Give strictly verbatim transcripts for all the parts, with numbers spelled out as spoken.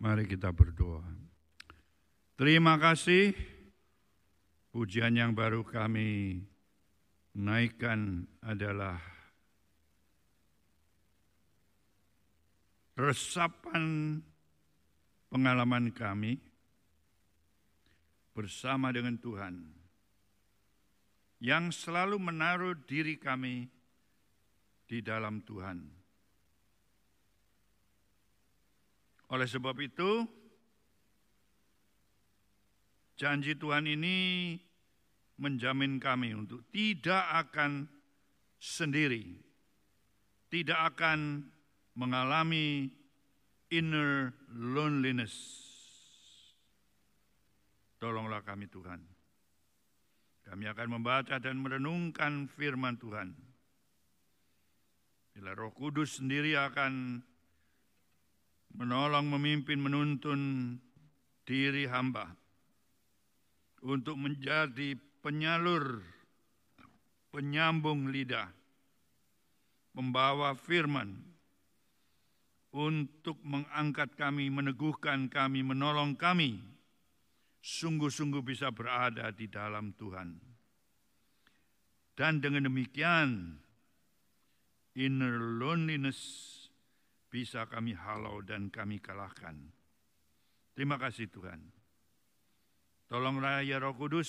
Mari kita berdoa. Terima kasih, pujian yang baru kami naikkan adalah resapan pengalaman kami bersama dengan Tuhan yang selalu menaruh diri kami di dalam Tuhan. Oleh sebab itu, janji Tuhan ini menjamin kami untuk tidak akan sendiri, tidak akan mengalami inner loneliness. Tolonglah kami Tuhan. Kami akan membaca dan merenungkan firman Tuhan. Bila Roh Kudus sendiri akan menolong, memimpin, menuntun diri hamba untuk menjadi penyalur, penyambung lidah, membawa firman untuk mengangkat kami, meneguhkan kami, menolong kami, sungguh-sungguh bisa berada di dalam Tuhan. Dan dengan demikian, inner loneliness bisa kami halau dan kami kalahkan. Terima kasih Tuhan. Tolonglah ya Roh Kudus,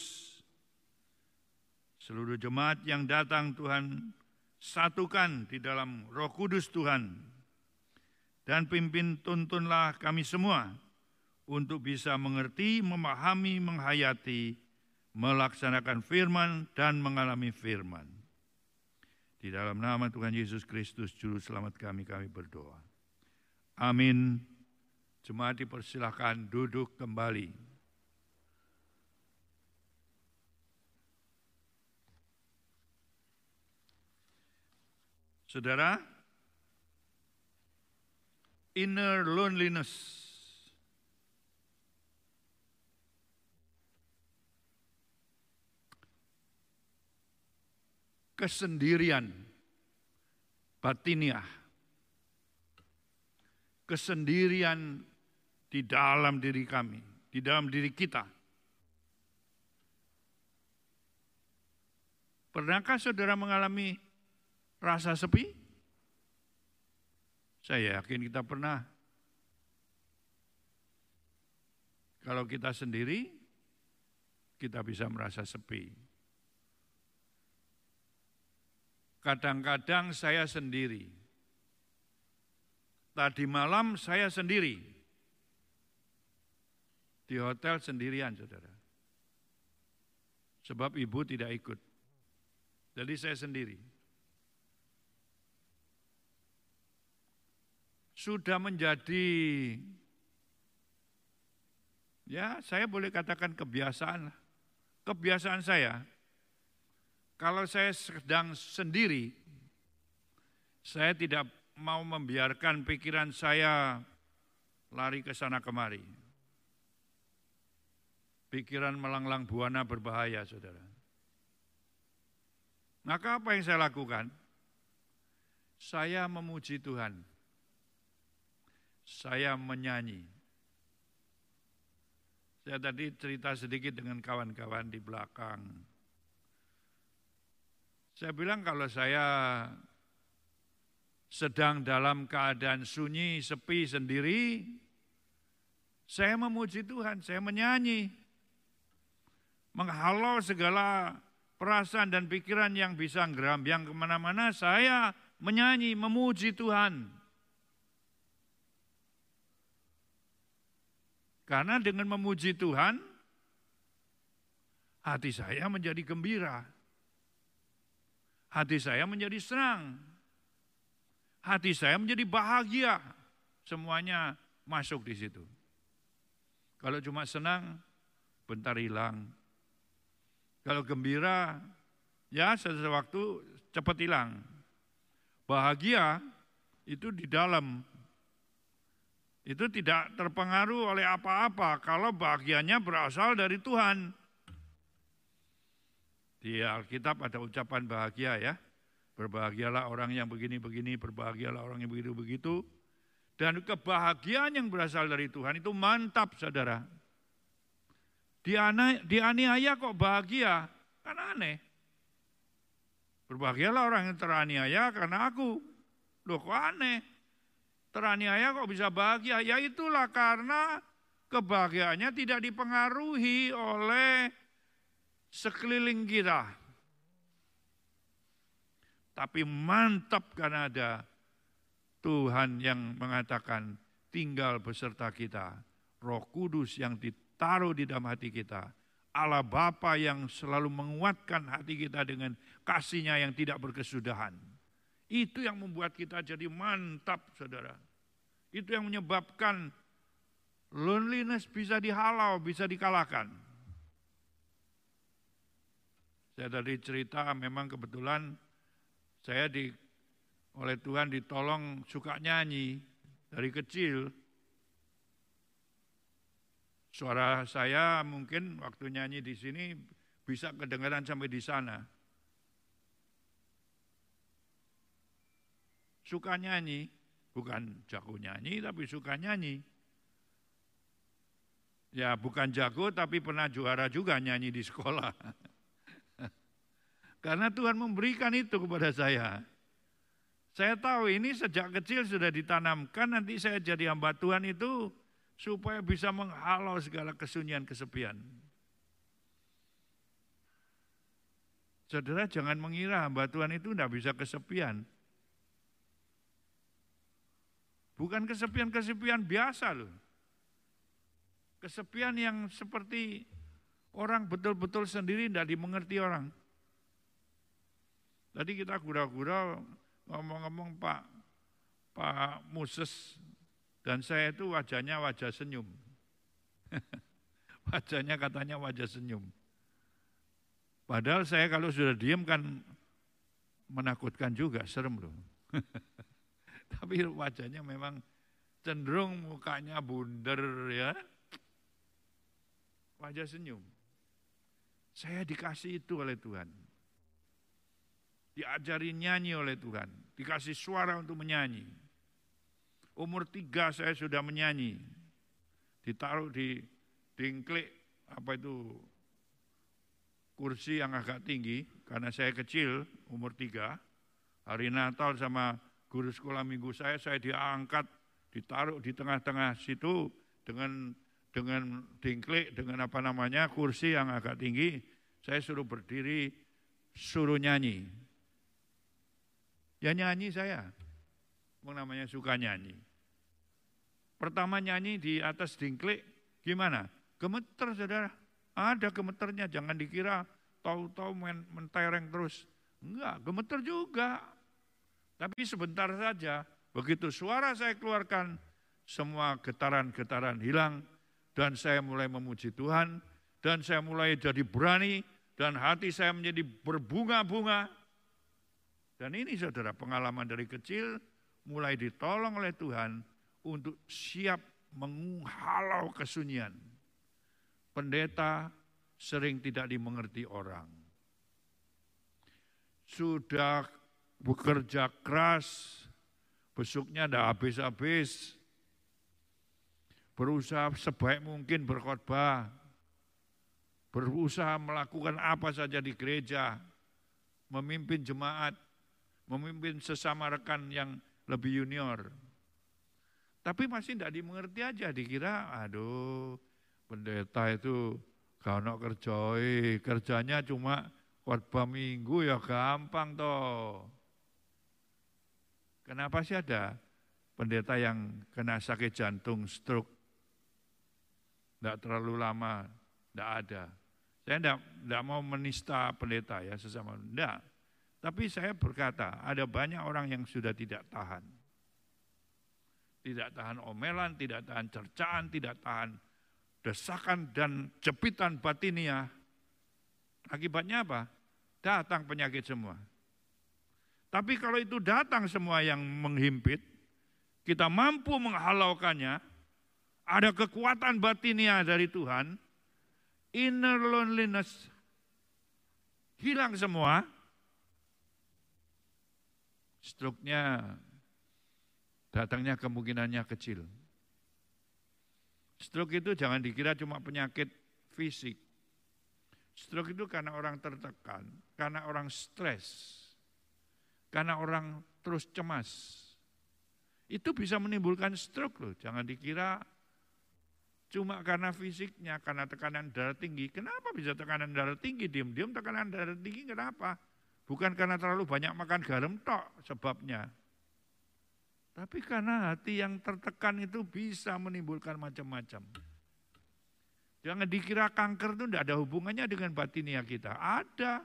seluruh jemaat yang datang Tuhan, satukan di dalam Roh Kudus Tuhan. Dan pimpin tuntunlah kami semua untuk bisa mengerti, memahami, menghayati, melaksanakan firman dan mengalami firman. Di dalam nama Tuhan Yesus Kristus, Juru Selamat kami, kami berdoa. Amin. Jemaat dipersilakan duduk kembali. Saudara, inner loneliness kesendirian batiniah, kesendirian di dalam diri kami, di dalam diri kita. Pernahkah saudara mengalami rasa sepi? Saya yakin kita pernah. Kalau kita sendiri, kita bisa merasa sepi. Kadang-kadang saya sendiri. Tadi malam saya sendiri. Di hotel sendirian, saudara. Sebab ibu tidak ikut. Jadi saya sendiri. Sudah menjadi, ya saya boleh katakan kebiasaan. Kebiasaan saya. Kalau saya sedang sendiri, saya tidak mau membiarkan pikiran saya lari ke sana kemari. Pikiran melanglang buana berbahaya, saudara. Maka apa yang saya lakukan? Saya memuji Tuhan. Saya menyanyi. Saya tadi cerita sedikit dengan kawan-kawan di belakang. Saya bilang kalau saya sedang dalam keadaan sunyi, sepi, sendiri, saya memuji Tuhan, saya menyanyi. Menghalau segala perasaan dan pikiran yang bisa ngerambyang kemana-mana, saya menyanyi, memuji Tuhan. Karena dengan memuji Tuhan, hati saya menjadi gembira. Hati saya menjadi senang. Hati saya menjadi bahagia. Semuanya masuk di situ. Kalau cuma senang, bentar hilang. Kalau gembira, ya sesuatu cepat hilang. Bahagia itu di dalam. Itu tidak terpengaruh oleh apa-apa kalau bahagianya berasal dari Tuhan. Di Alkitab ada ucapan bahagia ya. Berbahagialah orang yang begini-begini, berbahagialah orang yang begitu-begitu. Dan kebahagiaan yang berasal dari Tuhan itu mantap, saudara. Dianiaya kok bahagia, kan aneh. Berbahagialah orang yang teraniaya karena aku. Loh kok aneh? Teraniaya kok bisa bahagia? Ya itulah karena kebahagiaannya tidak dipengaruhi oleh sekeliling kita. Tapi mantap karena ada Tuhan yang mengatakan tinggal beserta kita. Roh Kudus yang ditaruh di dalam hati kita. Allah Bapa yang selalu menguatkan hati kita dengan kasih-Nya yang tidak berkesudahan. Itu yang membuat kita jadi mantap, saudara. Itu yang menyebabkan loneliness bisa dihalau, bisa dikalahkan. Saya tadi cerita memang kebetulan saya di, oleh Tuhan ditolong suka nyanyi dari kecil. Suara saya mungkin waktu nyanyi di sini bisa kedengaran sampai di sana. Suka nyanyi, bukan jago nyanyi tapi suka nyanyi. Ya bukan jago tapi pernah juara juga nyanyi di sekolah. Karena Tuhan memberikan itu kepada saya. Saya tahu ini sejak kecil sudah ditanamkan, nanti saya jadi hamba Tuhan itu supaya bisa menghalau segala kesunyian, kesepian. Saudara jangan mengira hamba Tuhan itu tidak bisa kesepian. Bukan kesepian-kesepian biasa loh. Kesepian yang seperti orang betul-betul sendiri tidak dimengerti orang. Tadi kita gurau-gurau ngomong-ngomong Pak Pak Moses dan saya itu wajahnya wajah senyum. Wajahnya katanya wajah senyum. Padahal saya kalau sudah diam kan menakutkan juga, serem loh. Tapi wajahnya memang cenderung mukanya bunder ya. Wajah senyum. Saya dikasih itu oleh Tuhan. Diajari nyanyi oleh Tuhan. Dikasih suara untuk menyanyi. Umur tiga saya sudah menyanyi. Ditaruh di dingklik apa itu kursi yang agak tinggi. Karena saya kecil umur tiga. Hari Natal sama guru sekolah minggu saya, saya diangkat, ditaruh di tengah-tengah situ dengan dengan dingklik, dengan apa namanya kursi yang agak tinggi. Saya suruh berdiri, suruh nyanyi. Ya nyanyi saya, namanya suka nyanyi. Pertama nyanyi di atas dingklik, gimana? Gemeter saudara, ada gemeternya, jangan dikira tahu-tahu mentereng terus. Enggak, gemeter juga. Tapi sebentar saja, begitu suara saya keluarkan, semua getaran-getaran hilang, dan saya mulai memuji Tuhan, dan saya mulai jadi berani, dan hati saya menjadi berbunga-bunga. Dan ini saudara, pengalaman dari kecil, mulai ditolong oleh Tuhan untuk siap menghalau kesunyian. Pendeta sering tidak dimengerti orang. Sudah bekerja keras, besuknya tidak habis-habis, berusaha sebaik mungkin berkhotbah, berusaha melakukan apa saja di gereja, memimpin jemaat, memimpin sesama rekan yang lebih junior. Tapi masih tidak dimengerti aja, dikira aduh pendeta itu gak ada kerjoi, kerjanya cuma khotbah minggu ya gampang toh. Kenapa sih ada pendeta yang kena sakit jantung, stroke? Tidak terlalu lama, tidak ada. Saya tidak, tidak mau menista pendeta ya sesama, tidak. Tapi saya berkata, ada banyak orang yang sudah tidak tahan. Tidak tahan omelan, tidak tahan cercaan, tidak tahan desakan dan jepitan batiniah. Akibatnya apa? Datang penyakit semua. Tapi kalau itu datang semua yang menghimpit, kita mampu menghalaukannya, ada kekuatan batiniah dari Tuhan, inner loneliness hilang semua, stroke-nya datangnya kemungkinannya kecil. Stroke itu jangan dikira cuma penyakit fisik. Stroke itu karena orang tertekan, karena orang stres, karena orang terus cemas. Itu bisa menimbulkan stroke loh, jangan dikira cuma karena fisiknya, karena tekanan darah tinggi. Kenapa bisa tekanan darah tinggi? Diam-diam tekanan darah tinggi kenapa? Bukan karena terlalu banyak makan garam tok sebabnya. Tapi karena hati yang tertekan itu bisa menimbulkan macam-macam. Jangan dikira kanker itu tidak ada hubungannya dengan batinia kita. Ada.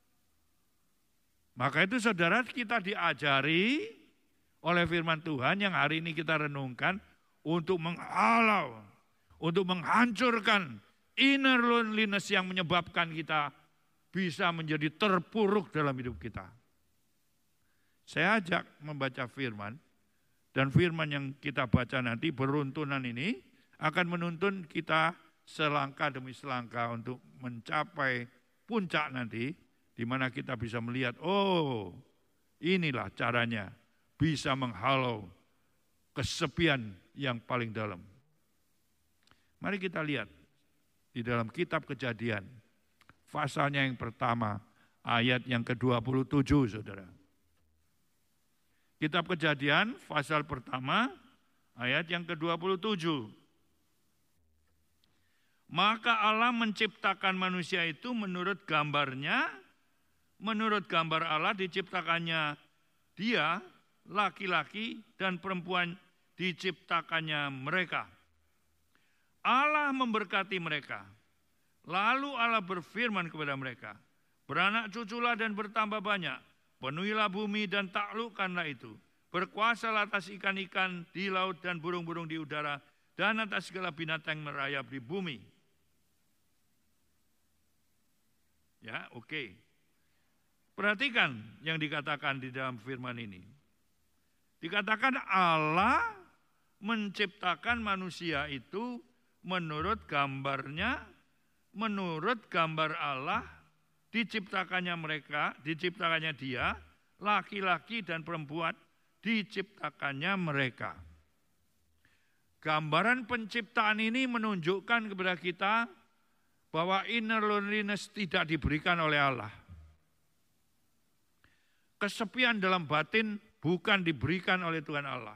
Maka itu saudara kita diajari oleh firman Tuhan yang hari ini kita renungkan untuk menghalau, untuk menghancurkan inner loneliness yang menyebabkan kita bisa menjadi terpuruk dalam hidup kita. Saya ajak membaca firman, dan firman yang kita baca nanti beruntunan ini akan menuntun kita selangkah demi selangkah untuk mencapai puncak nanti, di mana kita bisa melihat, oh inilah caranya bisa menghalau kesepian yang paling dalam. Mari kita lihat di dalam kitab Kejadian, pasalnya yang pertama, ayat yang ke dua puluh tujuh, saudara. Kitab Kejadian, pasal pertama, ayat yang ke dua puluh tujuh. Maka Allah menciptakan manusia itu menurut gambarnya, menurut gambar Allah diciptakannya dia, laki-laki dan perempuan diciptakannya mereka. Allah memberkati mereka. Lalu Allah berfirman kepada mereka, beranak cuculah dan bertambah banyak, penuhilah bumi dan taklukkanlah itu. Berkuasalah atas ikan-ikan di laut dan burung-burung di udara, dan atas segala binatang yang merayap di bumi. Ya, oke. Okay. Perhatikan yang dikatakan di dalam firman ini. Dikatakan Allah menciptakan manusia itu menurut gambarnya, menurut gambar Allah, diciptakannya mereka, diciptakannya dia, laki-laki dan perempuan, diciptakannya mereka. Gambaran penciptaan ini menunjukkan kepada kita bahwa inner loneliness tidak diberikan oleh Allah. Kesepian dalam batin bukan diberikan oleh Tuhan Allah.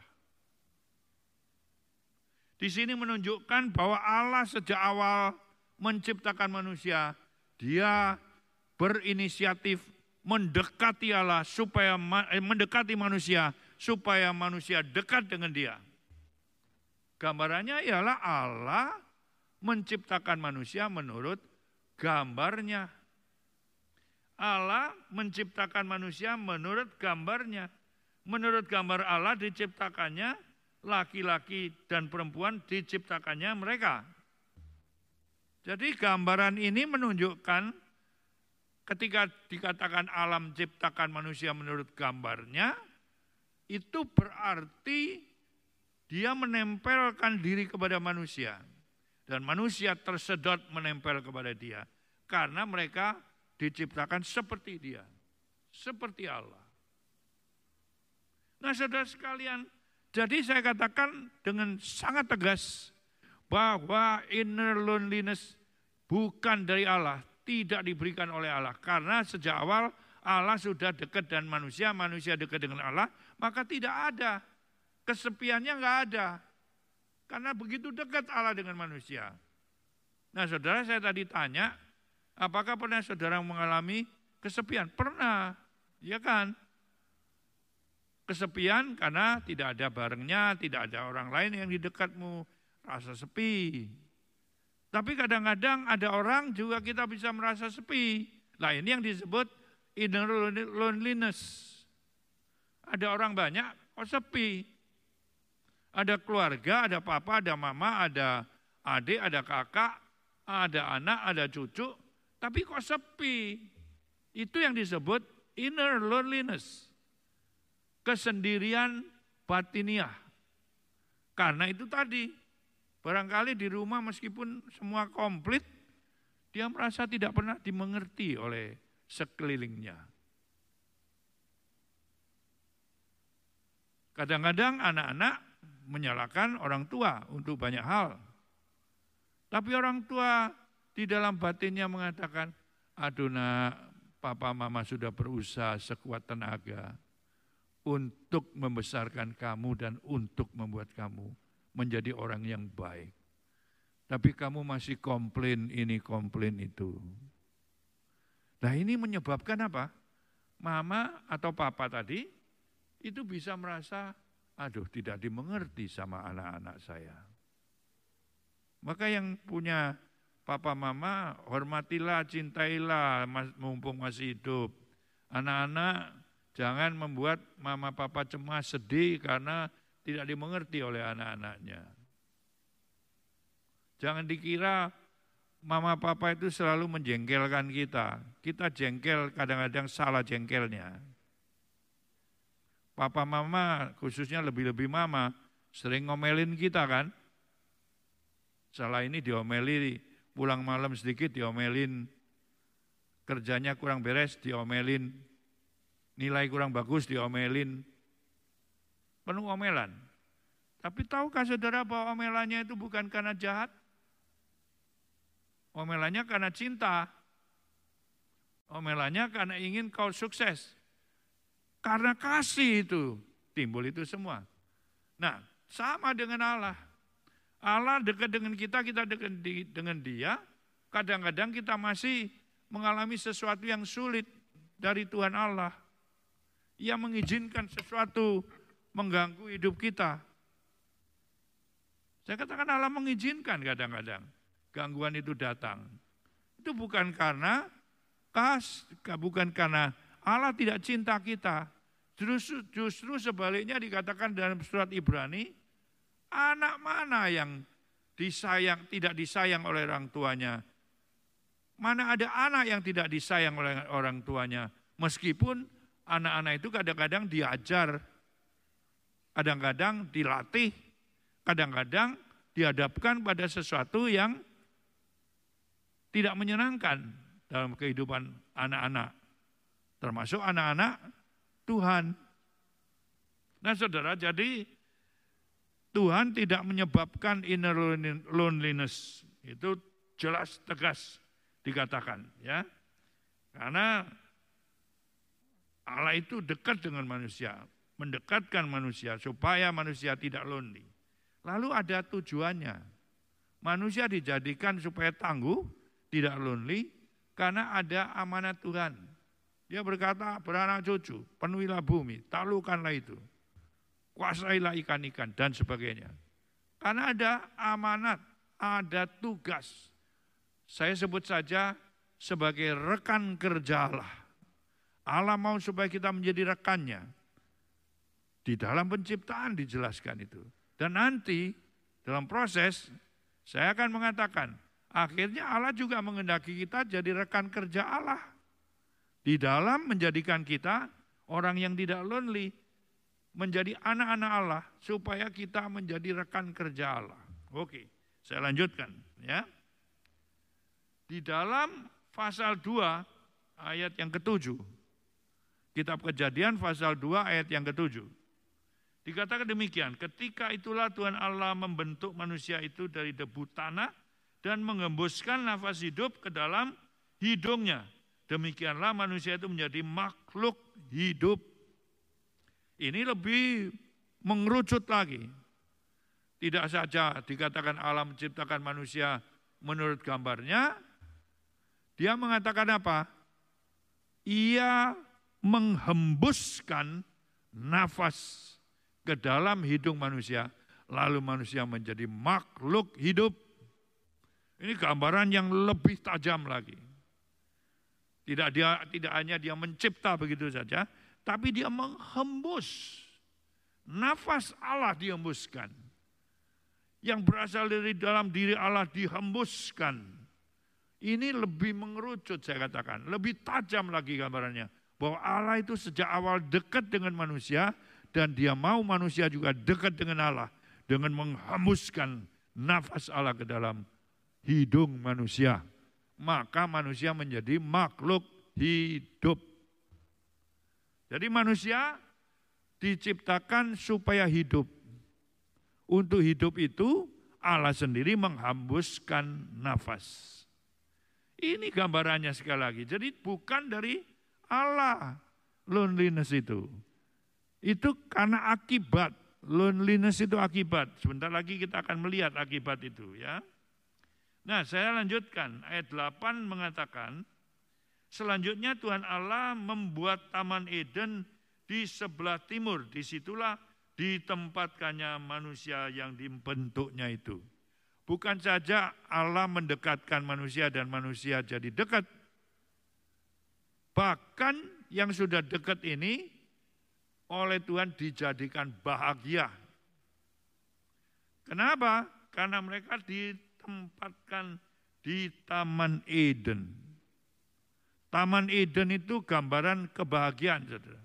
Di sini menunjukkan bahwa Allah sejak awal menciptakan manusia, dia berinisiatif mendekati Allah supaya eh, mendekati manusia supaya manusia dekat dengan dia. Gambarannya ialah Allah menciptakan manusia menurut gambarnya. Allah menciptakan manusia menurut gambarnya. Menurut gambar Allah diciptakannya laki-laki dan perempuan, diciptakannya mereka. Jadi gambaran ini menunjukkan ketika dikatakan Allah menciptakan manusia menurut gambarnya, itu berarti dia menempelkan diri kepada manusia. Dan manusia tersedot menempel kepada dia. Karena mereka diciptakan seperti dia. Seperti Allah. Nah saudara sekalian, jadi saya katakan dengan sangat tegas bahwa inner loneliness bukan dari Allah, tidak diberikan oleh Allah. Karena sejak awal Allah sudah dekat dengan manusia, manusia dekat dengan Allah, maka tidak ada. Kesepiannya enggak ada. Karena begitu dekat Allah dengan manusia. Nah saudara, saya tadi tanya, apakah pernah saudara mengalami kesepian? Pernah, ya kan? Kesepian karena tidak ada barengnya, tidak ada orang lain yang di dekatmu, rasa sepi. Tapi kadang-kadang ada orang juga kita bisa merasa sepi. Nah ini yang disebut inner loneliness. Ada orang banyak, kok sepi. Ada keluarga, ada papa, ada mama, ada adik, ada kakak, ada anak, ada cucu, tapi kok sepi. Itu yang disebut inner loneliness. Kesendirian batiniah. Karena itu tadi, barangkali di rumah meskipun semua komplit, dia merasa tidak pernah dimengerti oleh sekelilingnya. Kadang-kadang anak-anak menyalahkan orang tua untuk banyak hal. Tapi orang tua di dalam batinnya mengatakan, aduh nak, papa mama sudah berusaha sekuat tenaga untuk membesarkan kamu dan untuk membuat kamu menjadi orang yang baik. Tapi kamu masih komplain ini, komplain itu. Nah ini menyebabkan apa? Mama atau papa tadi itu bisa merasa, aduh tidak dimengerti sama anak-anak saya. Maka yang punya papa mama, hormatilah, cintailah mumpung masih hidup. Anak-anak jangan membuat mama papa cemas, sedih karena tidak dimengerti oleh anak-anaknya. Jangan dikira mama papa itu selalu menjengkelkan kita. Kita jengkel kadang-kadang salah jengkelnya. Papa mama, khususnya lebih-lebih mama, sering ngomelin kita kan. Salah ini diomeli, pulang malam sedikit diomelin, kerjanya kurang beres diomelin, nilai kurang bagus diomelin, penuh omelan. Tapi tahukah saudara bahwa omelannya itu bukan karena jahat? Omelannya karena cinta. Omelannya karena ingin kau sukses. Karena kasih itu, timbul itu semua. Nah, sama dengan Allah. Allah dekat dengan kita, kita dekat dengan dia. Kadang-kadang kita masih mengalami sesuatu yang sulit dari Tuhan Allah. Ia mengizinkan sesuatu mengganggu hidup kita. Saya katakan Allah mengizinkan kadang-kadang gangguan itu datang. Itu bukan karena kas, bukan karena Allah tidak cinta kita. Justru, justru sebaliknya dikatakan dalam surat Ibrani, anak mana yang disayang, tidak disayang oleh orang tuanya? Mana ada anak yang tidak disayang oleh orang tuanya? Meskipun anak-anak itu kadang-kadang diajar, kadang-kadang dilatih, kadang-kadang dihadapkan pada sesuatu yang tidak menyenangkan dalam kehidupan anak-anak. Termasuk anak-anak Tuhan. Nah saudara, jadi Tuhan tidak menyebabkan inner loneliness. Itu jelas tegas dikatakan, ya. Karena Allah itu dekat dengan manusia, mendekatkan manusia supaya manusia tidak lonely. Lalu ada tujuannya. Manusia dijadikan supaya tangguh, tidak lonely, karena ada amanat Tuhan. Dia berkata, beranak cucu, penuhilah bumi, taklukkanlah itu, kuasailah ikan-ikan, dan sebagainya. Karena ada amanat, ada tugas. Saya sebut saja sebagai rekan kerja Allah. Allah mau supaya kita menjadi rekannya. Di dalam penciptaan dijelaskan itu. Dan nanti dalam proses, saya akan mengatakan, akhirnya Allah juga menghendaki kita jadi rekan kerja Allah. Di dalam menjadikan kita orang yang tidak lonely, menjadi anak-anak Allah, supaya kita menjadi rekan kerja Allah. Oke, saya lanjutkan, ya. Di dalam pasal dua ayat yang ketujuh, Kitab Kejadian pasal dua ayat yang ketujuh, dikatakan demikian, ketika itulah Tuhan Allah membentuk manusia itu dari debu tanah dan mengembuskan nafas hidup ke dalam hidungnya. Demikianlah manusia itu menjadi makhluk hidup. Ini lebih mengerucut lagi. Tidak saja dikatakan Allah menciptakan manusia menurut gambarnya, dia mengatakan apa? Ia menghembuskan nafas ke dalam hidung manusia, lalu manusia menjadi makhluk hidup. Ini gambaran yang lebih tajam lagi. Tidak dia tidak hanya dia mencipta begitu saja, tapi dia menghembus. Nafas Allah dihembuskan. Yang berasal dari dalam diri Allah dihembuskan. Ini lebih mengerucut saya katakan, lebih tajam lagi gambarannya. Bahwa Allah itu sejak awal dekat dengan manusia dan dia mau manusia juga dekat dengan Allah. Dengan menghembuskan nafas Allah ke dalam hidung manusia. Maka manusia menjadi makhluk hidup. Jadi manusia diciptakan supaya hidup. Untuk hidup itu Allah sendiri menghembuskan nafas. Ini gambarannya sekali lagi. Jadi bukan dari Allah loneliness itu. Itu karena akibat. Loneliness itu akibat. Sebentar lagi kita akan melihat akibat itu ya. Nah, saya lanjutkan. Ayat delapan mengatakan, selanjutnya Tuhan Allah membuat Taman Eden di sebelah timur. Disitulah ditempatkannya manusia yang dibentuknya itu. Bukan saja Allah mendekatkan manusia dan manusia jadi dekat. Bahkan yang sudah dekat ini oleh Tuhan dijadikan bahagia. Kenapa? Karena mereka ditempatkan di Taman Eden. Taman Eden itu gambaran kebahagiaan, saudara.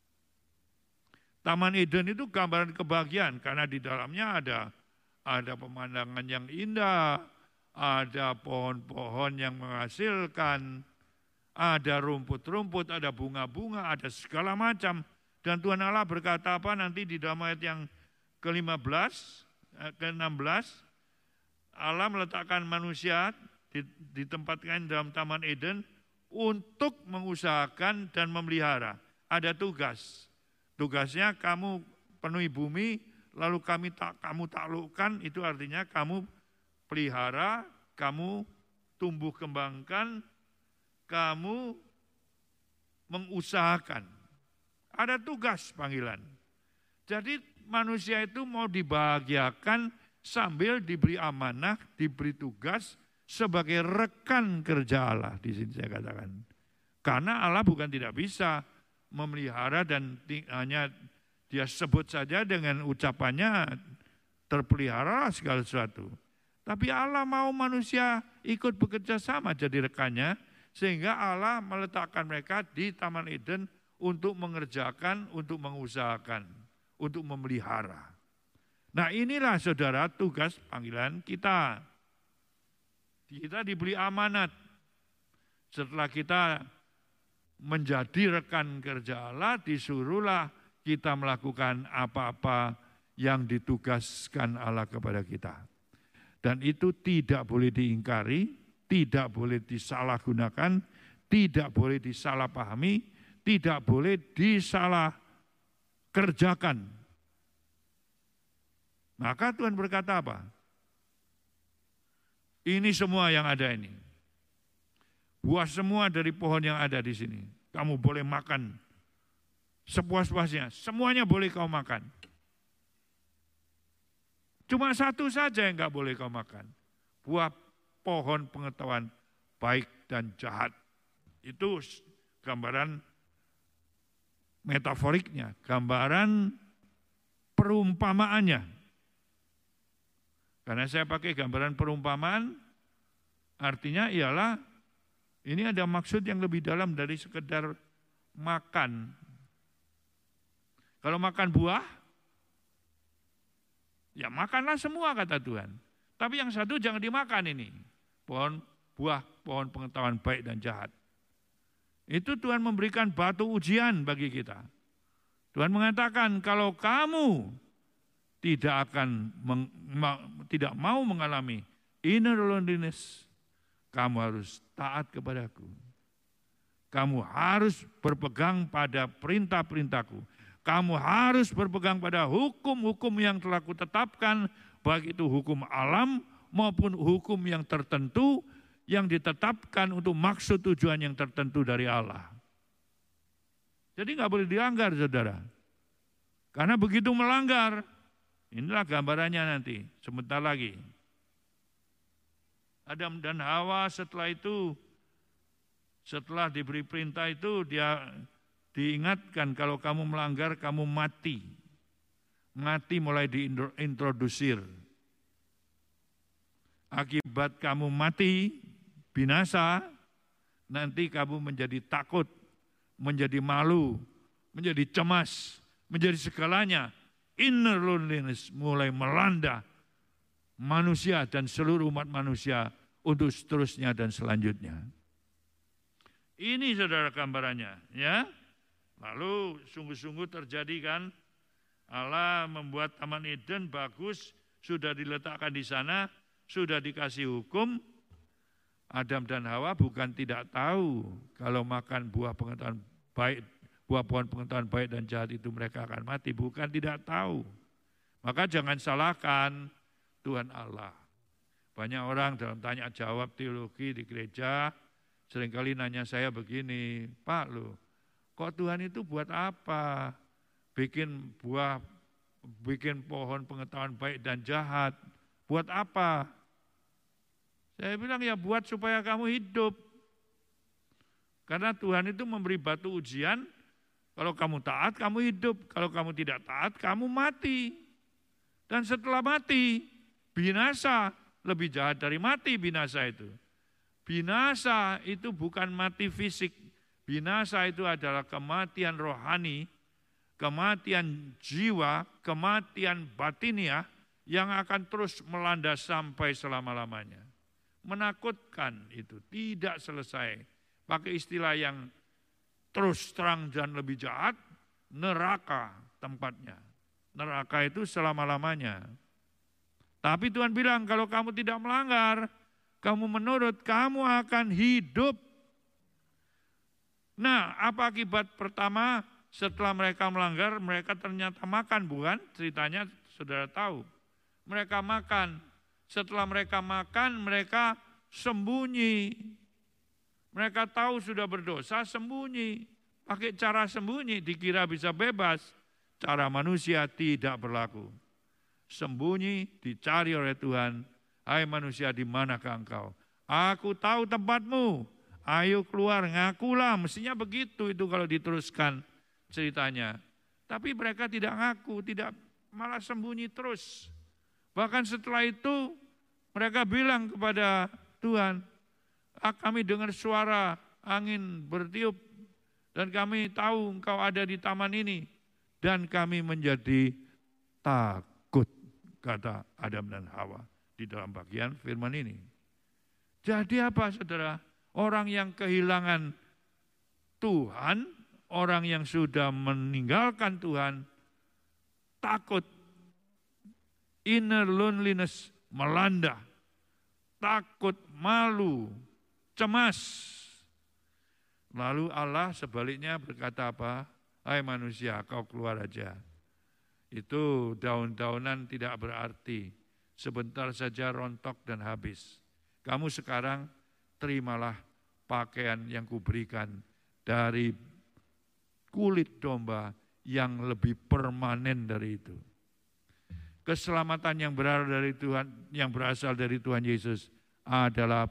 Taman Eden itu gambaran kebahagiaan karena di dalamnya ada ada pemandangan yang indah, ada pohon-pohon yang menghasilkan, ada rumput-rumput, ada bunga-bunga, ada segala macam. Dan Tuhan Allah berkata apa nanti di dalam ayat yang ke lima belas, ke enam belas, Allah meletakkan manusia ditempatkan dalam Taman Eden untuk mengusahakan dan memelihara. Ada tugas. Tugasnya kamu penuhi bumi, lalu kami tak kamu taklukkan, itu artinya kamu pelihara, kamu tumbuh kembangkan, kamu mengusahakan. Ada tugas panggilan. Jadi manusia itu mau dibahagiakan sambil diberi amanah, diberi tugas sebagai rekan kerja Allah. Di sini saya katakan. Karena Allah bukan tidak bisa memelihara dan hanya dia sebut saja dengan ucapannya terpelihara segala sesuatu. Tapi Allah mau manusia ikut bekerja sama jadi rekannya, sehingga Allah meletakkan mereka di Taman Eden untuk mengerjakan, untuk mengusahakan, untuk memelihara. Nah inilah saudara tugas panggilan kita. Kita diberi amanat. Setelah kita menjadi rekan kerja Allah, disuruhlah kita melakukan apa-apa yang ditugaskan Allah kepada kita. Dan itu tidak boleh diingkari, tidak boleh disalahgunakan, tidak boleh disalahpahami, tidak boleh disalah kerjakan. Maka Tuhan berkata apa? Ini semua yang ada ini. Buah semua dari pohon yang ada di sini. Kamu boleh makan sepuas-puasnya. Semuanya boleh kau makan. Cuma satu saja yang enggak boleh kau makan. Buah pohon pengetahuan baik dan jahat. Itu gambaran metaforiknya, gambaran perumpamaannya. Karena saya pakai gambaran perumpamaan, artinya ialah ini ada maksud yang lebih dalam dari sekedar makan. Kalau makan buah, ya makanlah semua kata Tuhan. Tapi yang satu jangan dimakan ini, pohon buah, pohon pengetahuan baik dan jahat. Itu Tuhan memberikan batu ujian bagi kita. Tuhan mengatakan kalau kamu tidak akan meng, ma, tidak mau mengalami inner loneliness, kamu harus taat kepadaku. Kamu harus berpegang pada perintah-perintahku. Kamu harus berpegang pada hukum-hukum yang telah kutetapkan, baik itu hukum alam maupun hukum yang tertentu yang ditetapkan untuk maksud tujuan yang tertentu dari Allah. Jadi nggak boleh dilanggar, saudara. Karena begitu melanggar, inilah gambarannya nanti, sebentar lagi. Adam dan Hawa setelah itu, setelah diberi perintah itu, dia diingatkan kalau kamu melanggar, kamu mati. Mati mulai diintrodusir. Akibat kamu mati, binasa, nanti kamu menjadi takut, menjadi malu, menjadi cemas, menjadi segalanya. Inner loneliness mulai melanda manusia dan seluruh umat manusia untuk seterusnya dan selanjutnya. Ini saudara gambarannya, ya. Lalu sungguh-sungguh terjadi kan Allah membuat Taman Eden bagus, sudah diletakkan di sana, sudah dikasih hukum. Adam dan Hawa bukan tidak tahu kalau makan buah pengetahuan baik, buah pohon pengetahuan baik dan jahat itu mereka akan mati, bukan tidak tahu. Maka jangan salahkan Tuhan Allah. Banyak orang dalam tanya jawab teologi di gereja, seringkali nanya saya begini, Pak loh, kok Tuhan itu buat apa? Bikin buah, bikin pohon pengetahuan baik dan jahat, buat apa? Saya bilang ya buat supaya kamu hidup. Karena Tuhan itu memberi batu ujian, kalau kamu taat kamu hidup, kalau kamu tidak taat kamu mati. Dan setelah mati, binasa, lebih jahat dari mati binasa itu. Binasa itu bukan mati fisik, binasa itu adalah kematian rohani, kematian jiwa, kematian batiniah yang akan terus melanda sampai selama-lamanya. Menakutkan itu, tidak selesai. Pakai istilah yang terus terang dan lebih jahat, neraka tempatnya. Neraka itu selama-lamanya. Tapi Tuhan bilang kalau kamu tidak melanggar, kamu menurut, kamu akan hidup. Nah, apa akibat pertama setelah mereka melanggar, mereka ternyata makan, bukan? Ceritanya saudara tahu. Mereka makan, setelah mereka makan, mereka sembunyi. Mereka tahu sudah berdosa, sembunyi. Pakai cara sembunyi, dikira bisa bebas. Cara manusia tidak berlaku. Sembunyi, dicari oleh Tuhan. Hai manusia, di manakah engkau? Aku tahu tempatmu. Ayo keluar, ngakulah. Mestinya begitu itu kalau diteruskan ceritanya. Tapi mereka tidak ngaku, tidak, malah sembunyi terus. Bahkan setelah itu mereka bilang kepada Tuhan, ah, kami dengar suara angin bertiup dan kami tahu engkau ada di taman ini dan kami menjadi takut, kata Adam dan Hawa di dalam bagian firman ini. Jadi apa saudara? Orang yang kehilangan Tuhan, orang yang sudah meninggalkan Tuhan, takut, inner loneliness melanda, takut, malu, cemas. Lalu Allah sebaliknya berkata apa? Hai manusia, kau keluar aja. Itu daun-daunan tidak berarti. Sebentar saja rontok dan habis. Kamu sekarang terimalah pakaian yang kuberikan dari kulit domba yang lebih permanen dari itu. Keselamatan yang berasal dari Tuhan, yang berasal dari Tuhan Yesus adalah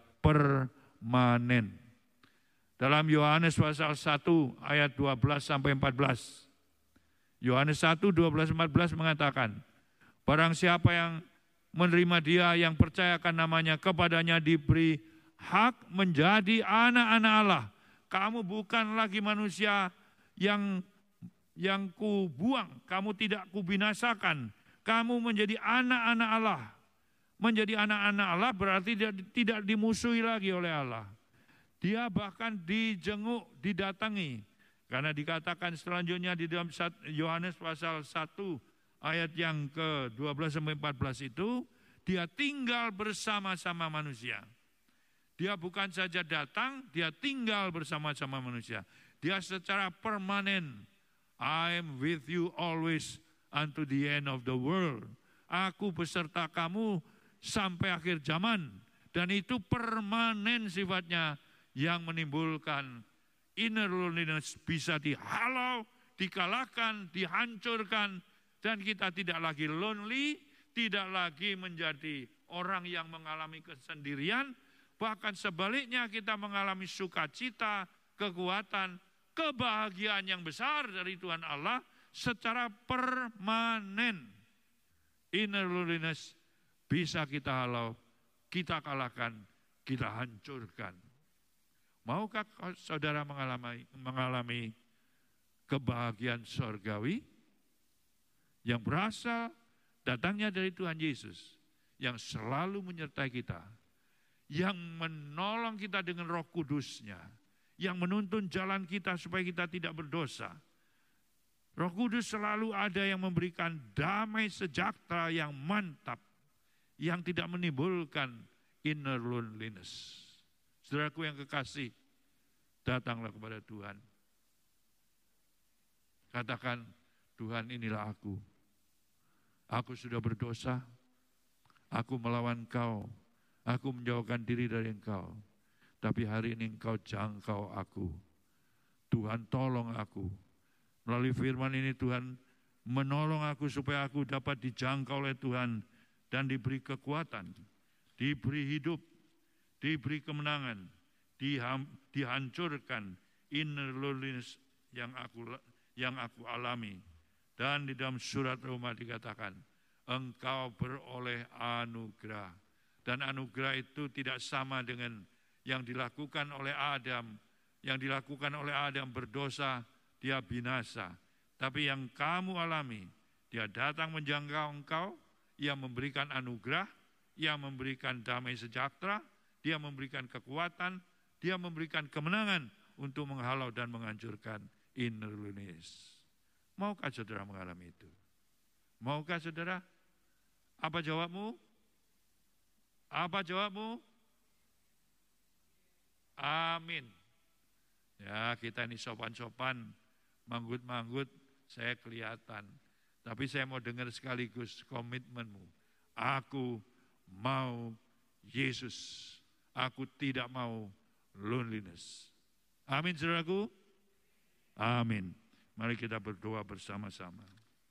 permanen. Dalam Yohanes pasal satu ayat dua belas sampai empat belas. Yohanes satu, dua belas, empat belas mengatakan, barang siapa yang menerima dia, yang percayakan namanya, kepadanya diberi hak menjadi anak-anak Allah. Kamu bukan lagi manusia yang yang kubuang, kamu tidak kubinasakan. Kamu menjadi anak-anak Allah. Menjadi anak-anak Allah berarti dia tidak dimusuhi lagi oleh Allah. Dia bahkan dijenguk, didatangi. Karena dikatakan selanjutnya di dalam Yohanes pasal satu ayat yang ke dua belas sampai empat belas itu, dia tinggal bersama-sama manusia. Dia bukan saja datang, dia tinggal bersama-sama manusia. Dia secara permanen, I am with you always unto the end of the world. Aku beserta kamu sampai akhir zaman. Dan itu permanen sifatnya yang menimbulkan inner loneliness bisa dihalau, dikalahkan, dihancurkan. Dan kita tidak lagi lonely, tidak lagi menjadi orang yang mengalami kesendirian. Bahkan sebaliknya kita mengalami sukacita, kekuatan, kebahagiaan yang besar dari Tuhan Allah secara permanen. Inner loneliness bisa kita halau, kita kalahkan, kita hancurkan. Maukah saudara mengalami, mengalami kebahagiaan surgawi yang berasal datangnya dari Tuhan Yesus, yang selalu menyertai kita, yang menolong kita dengan Roh Kudus-Nya, yang menuntun jalan kita supaya kita tidak berdosa. Roh Kudus selalu ada yang memberikan damai sejahtera yang mantap, yang tidak menimbulkan inner loneliness. Saudaraku yang kekasih, datanglah kepada Tuhan. Katakan, Tuhan inilah aku. Aku sudah berdosa, aku melawan Engkau, aku menjauhkan diri dari Engkau. Tapi hari ini Engkau jangkau aku. Tuhan tolong aku. Melalui firman ini Tuhan menolong aku supaya aku dapat dijangkau oleh Tuhan dan diberi kekuatan, diberi hidup, diberi kemenangan, dihancurkan inner loneliness yang aku yang aku alami. Dan di dalam surat Roma dikatakan, engkau beroleh anugerah. Dan anugerah itu tidak sama dengan yang dilakukan oleh Adam. Yang dilakukan oleh Adam berdosa, dia binasa. Tapi yang kamu alami, dia datang menjangkau engkau, ia memberikan anugerah, ia memberikan damai sejahtera, dia memberikan kekuatan, dia memberikan kemenangan untuk menghalau dan menghancurkan inner loneliness. Maukah saudara mengalami itu? Maukah saudara? Apa jawabmu? Apa jawabmu? Amin. Ya, kita ini sopan-sopan, manggut-manggut, saya kelihatan. Tapi saya mau dengar sekaligus komitmenmu. Aku mau Yesus. Aku tidak mau loneliness. Amin, saudaraku. Amin. Mari kita berdoa bersama-sama.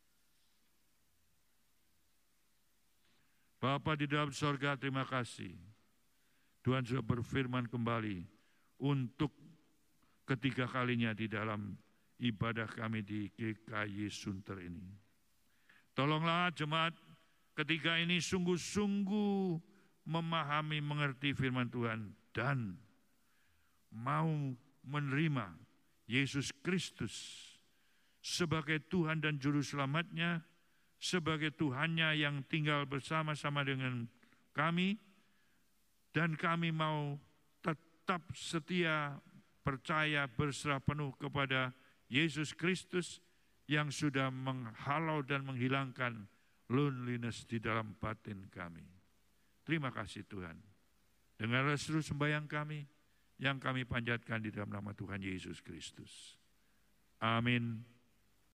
Bapa di dalam sorga, terima kasih. Tuhan sudah berfirman kembali untuk ketiga kalinya di dalam ibadah kami di G K Y Sunter ini. Tolonglah jemaat ketiga ini sungguh-sungguh memahami, mengerti firman Tuhan dan mau menerima Yesus Kristus sebagai Tuhan dan Juru Selamatnya, sebagai Tuhannya yang tinggal bersama-sama dengan kami, dan kami mau tetap setia, percaya, berserah penuh kepada Yesus Kristus yang sudah menghalau dan menghilangkan loneliness di dalam batin kami. Terima kasih Tuhan. Dengarlah seluruh sembahyang kami yang kami panjatkan di dalam nama Tuhan Yesus Kristus. Amin.